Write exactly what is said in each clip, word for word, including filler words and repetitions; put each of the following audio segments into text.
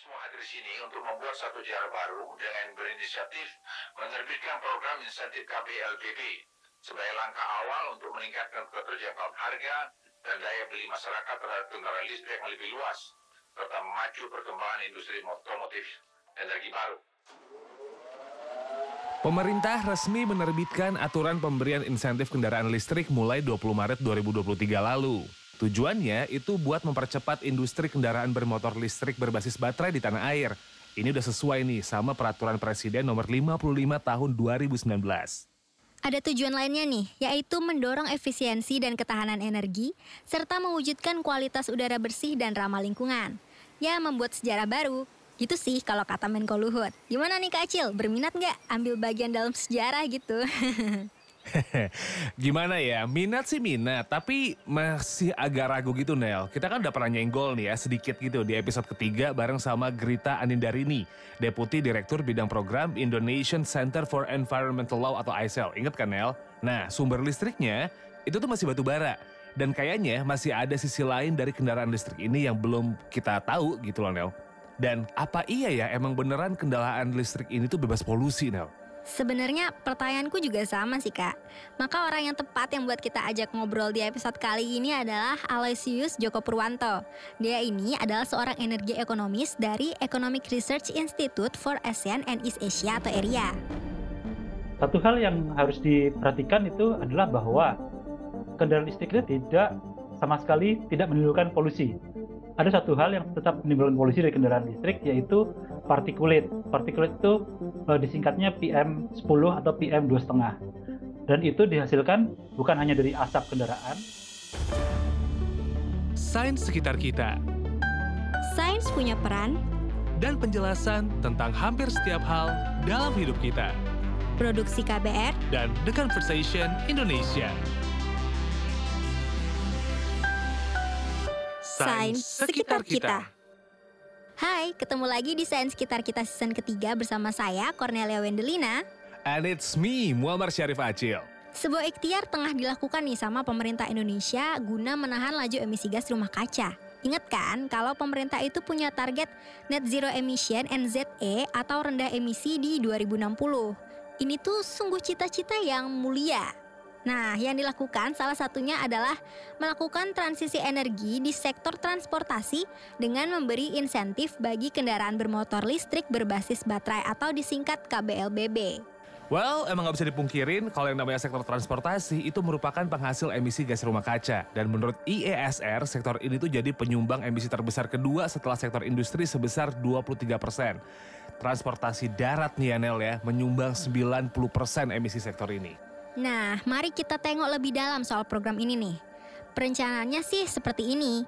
semua hadir di sini untuk membuat satu cara baru dengan berinisiatif menerbitkan program insentif K B L B B sebagai langkah awal untuk meningkatkan keterjangkauan harga dan daya beli masyarakat terhadap kendaraan listrik yang lebih luas, serta memacu perkembangan industri otomotif energi baru. Pemerintah resmi menerbitkan aturan pemberian insentif kendaraan listrik mulai dua puluh Maret dua ribu dua puluh tiga lalu. Tujuannya itu buat mempercepat industri kendaraan bermotor listrik berbasis baterai di tanah air. Ini udah sesuai nih sama peraturan Presiden nomor lima puluh lima tahun dua ribu sembilan belas. Ada tujuan lainnya nih, yaitu mendorong efisiensi dan ketahanan energi, serta mewujudkan kualitas udara bersih dan ramah lingkungan. Ya, membuat sejarah baru. Gitu sih kalau kata Menko Luhut. Gimana nih Kak Acil, berminat nggak ambil bagian dalam sejarah gitu? Gimana ya, minat sih minat, tapi masih agak ragu gitu Nel. Kita kan udah pernah nyenggol nih ya sedikit gitu di episode ketiga bareng sama Grita Anindarini, Deputi Direktur Bidang Program Indonesian Center for Environmental Law atau I S E L. Ingat kan Nel? Nah, sumber listriknya itu tuh masih batu bara. Dan kayaknya masih ada sisi lain dari kendaraan listrik ini yang belum kita tahu gitu loh Nel. Dan apa iya ya emang beneran kendaraan listrik ini tuh bebas polusi Nel? Sebenarnya pertanyaanku juga sama sih Kak. Maka orang yang tepat yang buat kita ajak ngobrol di episode kali ini adalah Aloysius Joko Purwanto. Dia ini adalah seorang energi ekonomis dari Economic Research Institute for ASEAN and East Asia atau E R I A. Satu hal yang harus diperhatikan itu adalah bahwa kendaraan listrik itu tidak sama sekali tidak menimbulkan polusi. Ada satu hal yang tetap menimbulkan polusi dari kendaraan listrik, yaitu partikulat. Partikulat itu e, disingkatnya P M sepuluh atau P M dua koma lima. Dan itu dihasilkan bukan hanya dari asap kendaraan. Sains sekitar kita. Sains punya peran Dan penjelasan tentang hampir setiap hal dalam hidup kita. Produksi K B R Dan The Conversation Indonesia. Sains Sekitar Kita. Hai, ketemu lagi di Sains Sekitar Kita season ketiga bersama saya, Cornelia Wendelina. And it's me, Muammar Syarif Acil. Sebuah ikhtiar tengah dilakukan nih sama pemerintah Indonesia guna menahan laju emisi gas rumah kaca. Ingat kan kalau pemerintah itu punya target Net Zero Emission N Z E atau rendah emisi di dua ribu enam puluh. Ini tuh sungguh cita-cita yang mulia. Nah, yang dilakukan salah satunya adalah melakukan transisi energi di sektor transportasi dengan memberi insentif bagi kendaraan bermotor listrik berbasis baterai atau disingkat K B L B B. Well, emang gak bisa dipungkirin kalau yang namanya sektor transportasi itu merupakan penghasil emisi gas rumah kaca. Dan menurut I E S R, sektor ini tuh jadi penyumbang emisi terbesar kedua setelah sektor industri sebesar dua puluh tiga persen. Transportasi darat nih ya Nel ya, menyumbang sembilan puluh persen emisi sektor ini. Nah, mari kita tengok lebih dalam soal program ini nih. Perencanaannya sih seperti ini.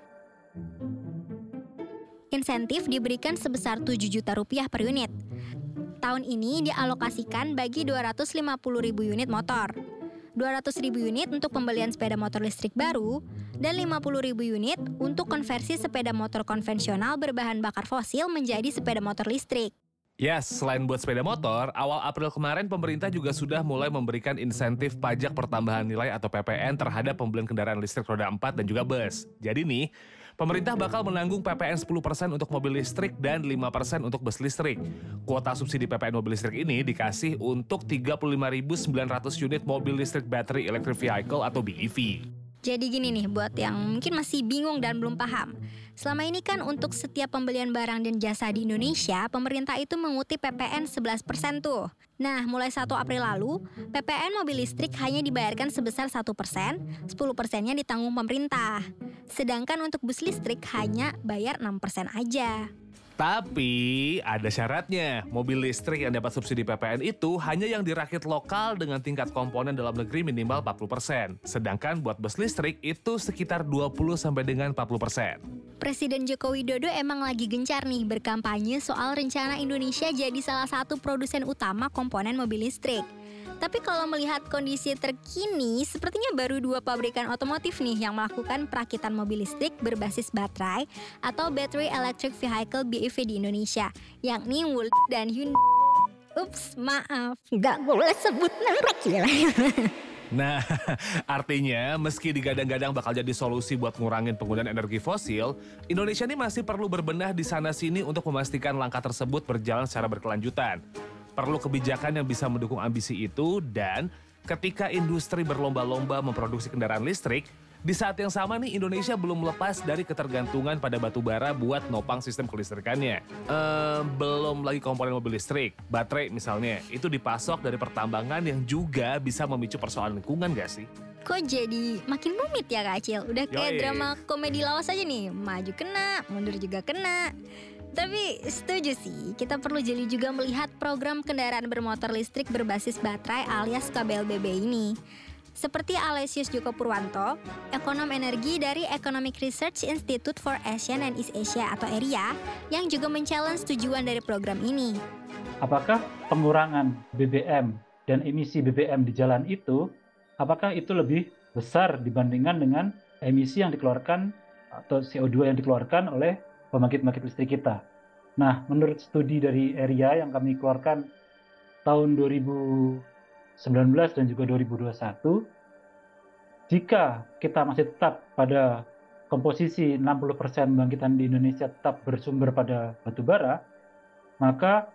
Insentif diberikan sebesar tujuh juta rupiah per unit. Tahun ini dialokasikan bagi dua ratus lima puluh ribu unit motor, dua ratus ribu unit untuk pembelian sepeda motor listrik baru, dan lima puluh ribu unit untuk konversi sepeda motor konvensional berbahan bakar fosil menjadi sepeda motor listrik. Yes, selain buat sepeda motor, awal April kemarin pemerintah juga sudah mulai memberikan insentif pajak pertambahan nilai atau P P N terhadap pembelian kendaraan listrik roda empat dan juga bus. Jadi nih, pemerintah bakal menanggung P P N sepuluh persen untuk mobil listrik dan lima persen untuk bus listrik. Kuota subsidi P P N mobil listrik ini dikasih untuk tiga puluh lima ribu sembilan ratus unit mobil listrik battery electric vehicle atau B E V. Jadi gini nih buat yang mungkin masih bingung dan belum paham. Selama ini kan untuk setiap pembelian barang dan jasa di Indonesia, pemerintah itu mengutip P P N sebelas persen tuh. Nah, mulai satu April lalu, P P N mobil listrik hanya dibayarkan sebesar satu persen, sepuluh persennya ditanggung pemerintah. Sedangkan untuk bus listrik hanya bayar enam persen aja. Tapi ada syaratnya, mobil listrik yang dapat subsidi P P N itu hanya yang dirakit lokal dengan tingkat komponen dalam negeri minimal empat puluh persen. Sedangkan buat bus listrik itu sekitar dua puluh sampai dengan empat puluh persen. Presiden Joko Widodo emang lagi gencar nih berkampanye soal rencana Indonesia jadi salah satu produsen utama komponen mobil listrik. Tapi kalau melihat kondisi terkini, sepertinya baru dua pabrikan otomotif nih yang melakukan perakitan mobil listrik berbasis baterai atau Battery Electric Vehicle B E V di Indonesia, yakni Woolworth dan Hyundai. Ups, maaf, nggak boleh sebut merek ya. Nah, artinya meski digadang-gadang bakal jadi solusi buat ngurangin penggunaan energi fosil, Indonesia ini masih perlu berbenah di sana-sini untuk memastikan langkah tersebut berjalan secara berkelanjutan. Perlu kebijakan yang bisa mendukung ambisi itu dan ketika industri berlomba-lomba memproduksi kendaraan listrik, di saat yang sama nih Indonesia belum lepas dari ketergantungan pada batu bara buat nopang sistem kelistrikannya. Ehm, belum lagi komponen mobil listrik, baterai misalnya, itu dipasok dari pertambangan yang juga bisa memicu persoalan lingkungan gak sih? Kok jadi makin rumit ya Kak Acil? Udah kayak Yoi. drama komedi lawas aja nih, maju kena, mundur juga kena. Tapi setuju sih, kita perlu jeli juga melihat program kendaraan bermotor listrik berbasis baterai alias K B L B B ini. Seperti Alesius Joko Purwanto, ekonom energi dari Economic Research Institute for Asian and East Asia atau E R I A, yang juga men-challenge tujuan dari program ini. Apakah pengurangan B B M dan emisi B B M di jalan itu, apakah itu lebih besar dibandingkan dengan emisi yang dikeluarkan atau C O dua yang dikeluarkan oleh pembangkit-pembangkit listrik kita? Nah, menurut studi dari E R I A yang kami keluarkan tahun dua ribu sembilan belas dan juga dua ribu dua puluh satu, jika kita masih tetap pada komposisi enam puluh persen pembangkitan di Indonesia tetap bersumber pada batu bara, maka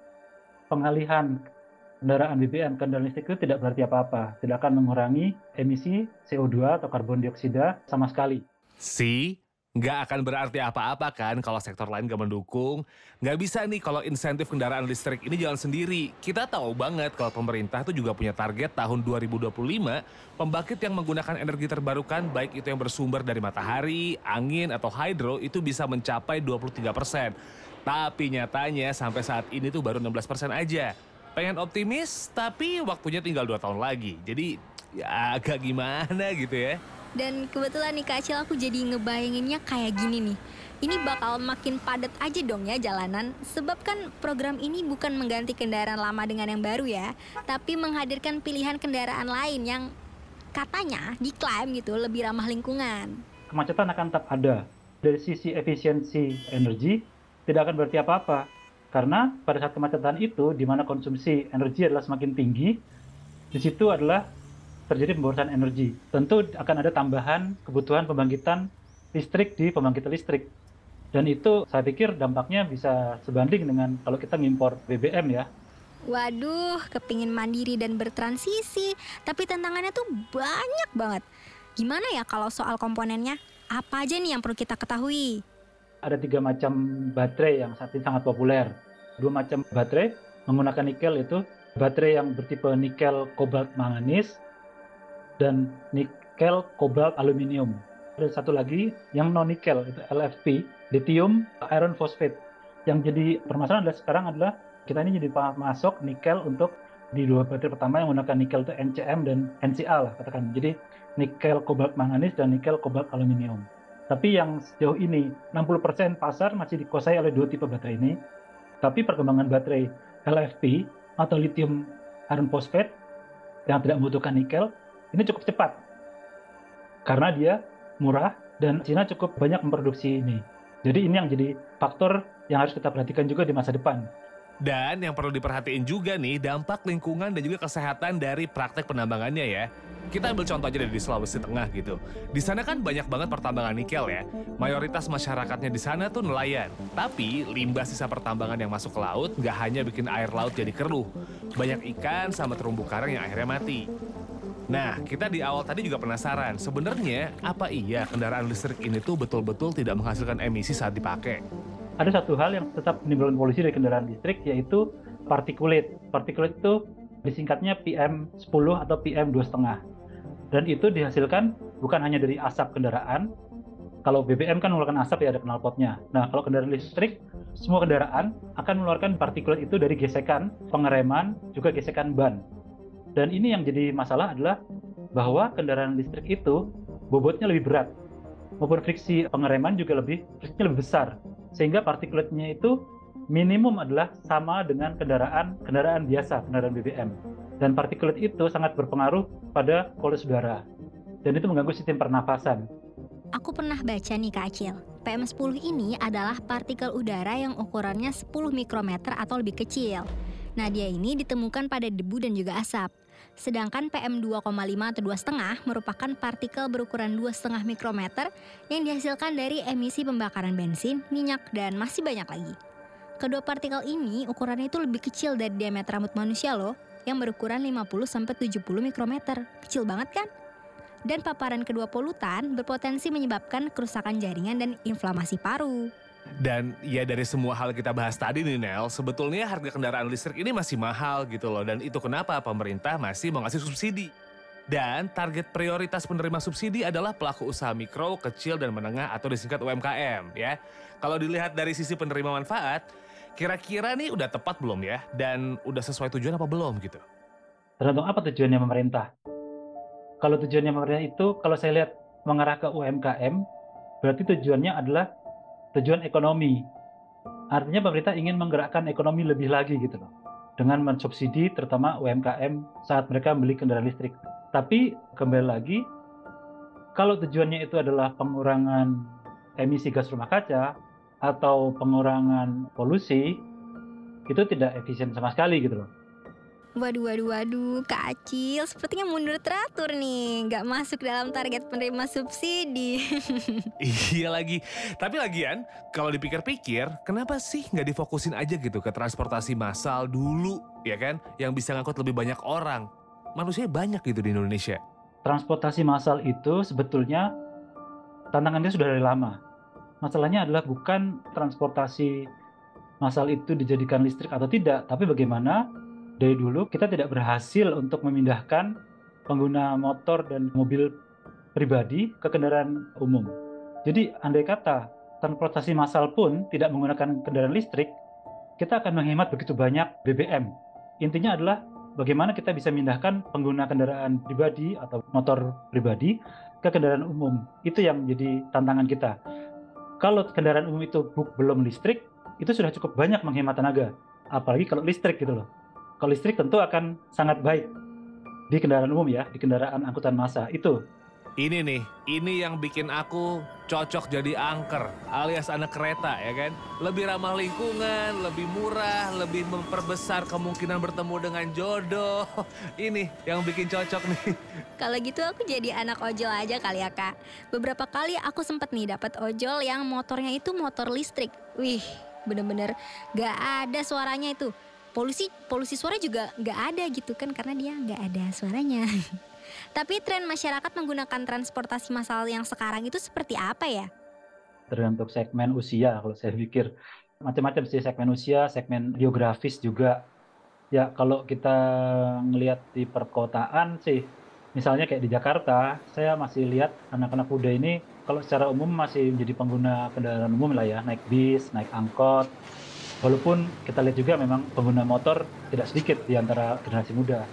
pengalihan kendaraan B B M ke kendaraan listrik itu tidak berarti apa-apa, tidak akan mengurangi emisi C O dua atau karbon dioksida sama sekali. Si, nggak akan berarti apa-apa kan kalau sektor lain gak mendukung. Nggak bisa nih kalau insentif kendaraan listrik ini jalan sendiri. Kita tahu banget kalau pemerintah tuh juga punya target tahun dua ribu dua puluh lima, pembangkit yang menggunakan energi terbarukan, baik itu yang bersumber dari matahari, angin, atau hidro, itu bisa mencapai dua puluh tiga persen. Tapi nyatanya sampai saat ini tuh baru enam belas persen aja. Pengen optimis, tapi waktunya tinggal dua tahun lagi. Jadi ya agak gimana gitu ya. Dan kebetulan nih Kak Acil, aku jadi ngebayanginnya kayak gini nih. Ini bakal makin padat aja dong ya jalanan. Sebab kan program ini bukan mengganti kendaraan lama dengan yang baru ya, tapi menghadirkan pilihan kendaraan lain yang katanya diklaim gitu lebih ramah lingkungan. Kemacetan akan tetap ada. Dari sisi efisiensi energi, tidak akan berarti apa-apa. Karena pada saat kemacetan itu, di mana konsumsi energi adalah semakin tinggi, di situ adalah terjadi pemborosan energi. Tentu akan ada tambahan kebutuhan pembangkitan listrik di pembangkit listrik. Dan itu saya pikir dampaknya bisa sebanding dengan kalau kita ngimpor B B M ya. Waduh, kepingin mandiri dan bertransisi, tapi tantangannya tuh banyak banget. Gimana ya kalau soal komponennya? Apa aja nih yang perlu kita ketahui? Ada tiga macam baterai yang saat ini sangat populer. Dua macam baterai menggunakan nikel, itu baterai yang bertipe nikel kobalt manganis dan nikel kobalt aluminium. Ada satu lagi yang non nikel, itu L F P, lithium iron phosphate. Yang jadi permasalahan adalah sekarang adalah kita ini jadi masuk nikel untuk di dua baterai pertama yang menggunakan nikel itu N C M dan N C A lah katakan. Jadi nikel kobalt manganis dan nikel kobalt aluminium. Tapi yang sejauh ini enam puluh persen pasar masih dikuasai oleh dua tipe baterai ini. Tapi perkembangan baterai L F P atau lithium iron phosphate yang tidak membutuhkan nikel ini cukup cepat karena dia murah dan Cina cukup banyak memproduksi ini. Jadi ini yang jadi faktor yang harus kita perhatikan juga di masa depan. Dan yang perlu diperhatiin juga nih dampak lingkungan dan juga kesehatan dari praktek penambangannya ya. Kita ambil contoh aja dari Sulawesi Tengah gitu. Di sana kan banyak banget pertambangan nikel ya. Mayoritas masyarakatnya di sana tuh nelayan. Tapi limbah sisa pertambangan yang masuk ke laut nggak hanya bikin air laut jadi keruh. Banyak ikan sama terumbu karang yang akhirnya mati. Nah, kita di awal tadi juga penasaran, sebenarnya apa iya kendaraan listrik ini tuh betul-betul tidak menghasilkan emisi saat dipakai? Ada satu hal yang tetap menimbulkan polusi dari kendaraan listrik, yaitu partikulat. Partikulat itu disingkatnya P M sepuluh atau P M dua koma lima. Dan itu dihasilkan bukan hanya dari asap kendaraan. Kalau B B M kan mengeluarkan asap ya, ada knalpotnya. Nah, kalau kendaraan listrik, semua kendaraan akan mengeluarkan partikulat itu dari gesekan pengereman, juga gesekan ban. Dan ini yang jadi masalah adalah bahwa kendaraan listrik itu bobotnya lebih berat, maupun friksi pengereman juga lebih friksinya lebih besar, sehingga partikulatnya itu minimum adalah sama dengan kendaraan kendaraan biasa, kendaraan B B M. Dan partikulat itu sangat berpengaruh pada polusi udara, dan itu mengganggu sistem pernafasan. Aku pernah baca nih Kak Acil, P M sepuluh ini adalah partikel udara yang ukurannya sepuluh mikrometer atau lebih kecil. Nah, dia ini ditemukan pada debu dan juga asap. Sedangkan P M dua koma lima atau dua koma lima merupakan partikel berukuran dua koma lima mikrometer yang dihasilkan dari emisi pembakaran bensin, minyak, dan masih banyak lagi. Kedua partikel ini ukurannya itu lebih kecil dari diameter rambut manusia loh, yang berukuran lima puluh sampai tujuh puluh mikrometer. Kecil banget kan? Dan paparan kedua polutan berpotensi menyebabkan kerusakan jaringan dan inflamasi paru. Dan ya dari semua hal kita bahas tadi nih Nel, sebetulnya harga kendaraan listrik ini masih mahal gitu loh. Dan itu kenapa pemerintah masih mau ngasih subsidi. Dan target prioritas penerima subsidi adalah pelaku usaha mikro, kecil, dan menengah atau disingkat U M K M ya. Kalau dilihat dari sisi penerima manfaat, kira-kira nih udah tepat belum ya? Dan udah sesuai tujuan apa belum gitu? Tergantung apa tujuannya pemerintah. Kalau tujuannya pemerintah itu, kalau saya lihat mengarah ke U M K M, berarti tujuannya adalah tujuan ekonomi. Artinya pemerintah ingin menggerakkan ekonomi lebih lagi gitu loh. Dengan mensubsidi terutama U M K M saat mereka membeli kendaraan listrik. Tapi kembali lagi, kalau tujuannya itu adalah pengurangan emisi gas rumah kaca atau pengurangan polusi, itu tidak efisien sama sekali gitu loh. Waduh, waduh, waduh, Kak Acil sepertinya mundur teratur nih, nggak masuk dalam target penerima subsidi. Iya lagi, tapi lagian kalau dipikir-pikir, kenapa sih nggak difokusin aja gitu ke transportasi massal dulu, ya kan? Yang bisa ngangkut lebih banyak orang. Manusia banyak gitu di Indonesia. Transportasi massal itu sebetulnya tantangannya sudah dari lama. Masalahnya adalah bukan transportasi massal itu dijadikan listrik atau tidak, tapi bagaimana dari dulu kita tidak berhasil untuk memindahkan pengguna motor dan mobil pribadi ke kendaraan umum. Jadi andai kata transportasi massal pun tidak menggunakan kendaraan listrik, kita akan menghemat begitu banyak B B M. Intinya adalah bagaimana kita bisa memindahkan pengguna kendaraan pribadi atau motor pribadi ke kendaraan umum. Itu yang menjadi tantangan kita. Kalau kendaraan umum itu belum listrik, itu sudah cukup banyak menghemat tenaga. Apalagi kalau listrik gitu loh. Kalau listrik tentu akan sangat baik di kendaraan umum ya, di kendaraan angkutan massa itu. Ini nih, ini yang bikin aku cocok jadi angker alias anak kereta ya kan. Lebih ramah lingkungan, lebih murah, lebih memperbesar kemungkinan bertemu dengan jodoh. Ini yang bikin cocok nih. Kalau gitu aku jadi anak ojol aja kali ya Kak. Beberapa kali aku sempet nih dapat ojol yang motornya itu motor listrik. Wih, bener-bener gak ada suaranya itu. Polusi, polusi suara juga nggak ada gitu kan karena dia nggak ada suaranya. Tapi tren masyarakat menggunakan transportasi massal yang sekarang itu seperti apa ya? Tergantung segmen usia kalau saya pikir. Macam-macam sih segmen usia, segmen geografis juga. Ya kalau kita ngelihat di perkotaan sih, misalnya kayak di Jakarta, saya masih lihat anak-anak muda ini kalau secara umum masih menjadi pengguna kendaraan umum lah ya, naik bis, naik angkot. Walaupun kita lihat juga memang pengguna motor tidak sedikit di antara generasi muda.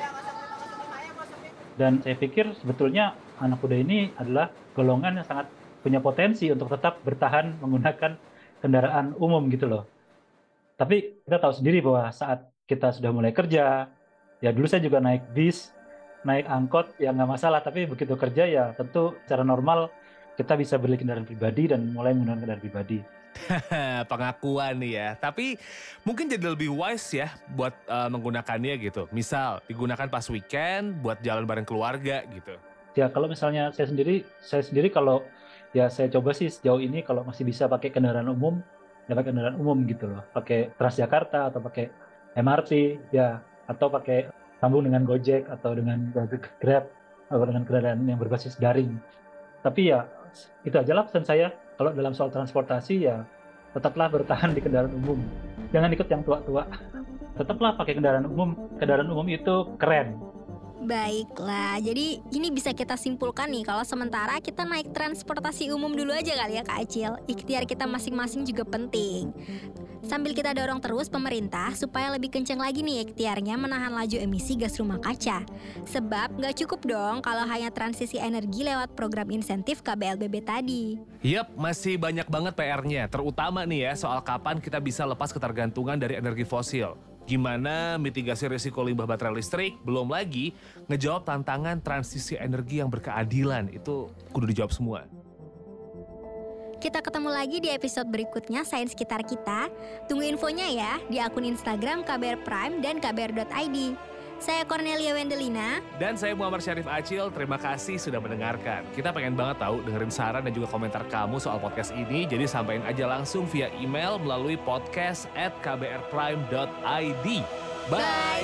Dan saya pikir sebetulnya anak muda ini adalah golongan yang sangat punya potensi untuk tetap bertahan menggunakan kendaraan umum gitu loh. Tapi kita tahu sendiri bahwa saat kita sudah mulai kerja, ya dulu saya juga naik bis, naik angkot, ya nggak masalah. Tapi begitu kerja ya tentu secara normal kita bisa beli kendaraan pribadi dan mulai menggunakan kendaraan pribadi. Pengakuan nih ya, tapi mungkin jadi lebih wise ya buat uh, menggunakannya gitu. Misal digunakan pas weekend buat jalan bareng keluarga gitu. Ya kalau misalnya saya sendiri, saya sendiri kalau ya saya coba sih sejauh ini kalau masih bisa pakai kendaraan umum, ya pakai kendaraan umum gitu loh. Pakai Transjakarta atau pakai M R T ya, atau pakai sambung dengan Gojek atau dengan Grab atau dengan kendaraan yang berbasis daring. Tapi ya itu aja lah pesan saya. Kalau dalam soal transportasi ya tetaplah bertahan di kendaraan umum. Jangan ikut yang tua-tua. Tetaplah pakai kendaraan umum. Kendaraan umum itu keren. Baiklah, jadi ini bisa kita simpulkan nih kalau sementara kita naik transportasi umum dulu aja kali ya Kak Acil. Ikhtiar kita masing-masing juga penting. Sambil kita dorong terus pemerintah supaya lebih kenceng lagi nih ikhtiarnya menahan laju emisi gas rumah kaca. Sebab nggak cukup dong kalau hanya transisi energi lewat program insentif K B L B B tadi. Yap, masih banyak banget P R-nya, terutama nih ya soal kapan kita bisa lepas ketergantungan dari energi fosil. Gimana mitigasi risiko limbah baterai listrik, belum lagi ngejawab tantangan transisi energi yang berkeadilan, itu kudu dijawab semua. Kita ketemu lagi di episode berikutnya Sains Sekitar Kita. Tunggu infonya ya di akun Instagram K B R Prime dan K B R dot I D. Saya Cornelia Wendelina. Dan saya Muhammad Syarif Acil, terima kasih sudah mendengarkan. Kita pengen banget tahu dengerin saran dan juga komentar kamu soal podcast ini, jadi sampaikan aja langsung via email melalui podcast at k b r prime dot i d. Bye!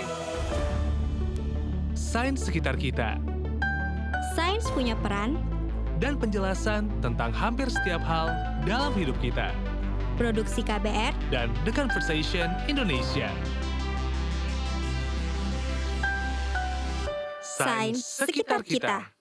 Sains sekitar kita. Sains punya peran. Dan penjelasan tentang hampir setiap hal dalam hidup kita. Produksi K B R Dan The Conversation Indonesia. Sains sekitar kita.